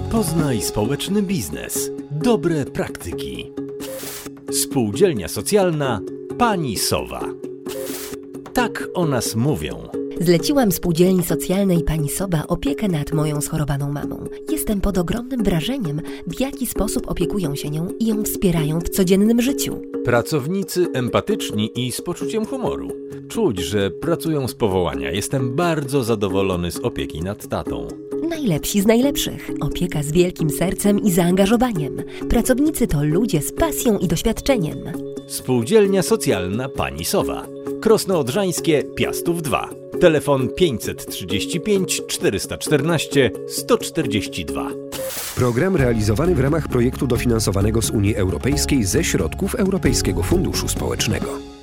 Poznaj społeczny biznes. Dobre praktyki. Spółdzielnia socjalna Pani Sowa. Tak o nas mówią. Zleciłam Spółdzielni Socjalnej Pani Sowa opiekę nad moją schorowaną mamą. Jestem pod ogromnym wrażeniem, w jaki sposób opiekują się nią i ją wspierają w codziennym życiu. Pracownicy empatyczni i z poczuciem humoru. Czuć, że pracują z powołania. Jestem bardzo zadowolony z opieki nad tatą. Najlepsi z najlepszych. Opieka z wielkim sercem i zaangażowaniem. Pracownicy to ludzie z pasją i doświadczeniem. Spółdzielnia Socjalna Pani Sowa. Krosno Odrzańskie, Piastów 2. Telefon 535 414 142. Program realizowany w ramach projektu dofinansowanego z Unii Europejskiej ze środków Europejskiego Funduszu Społecznego.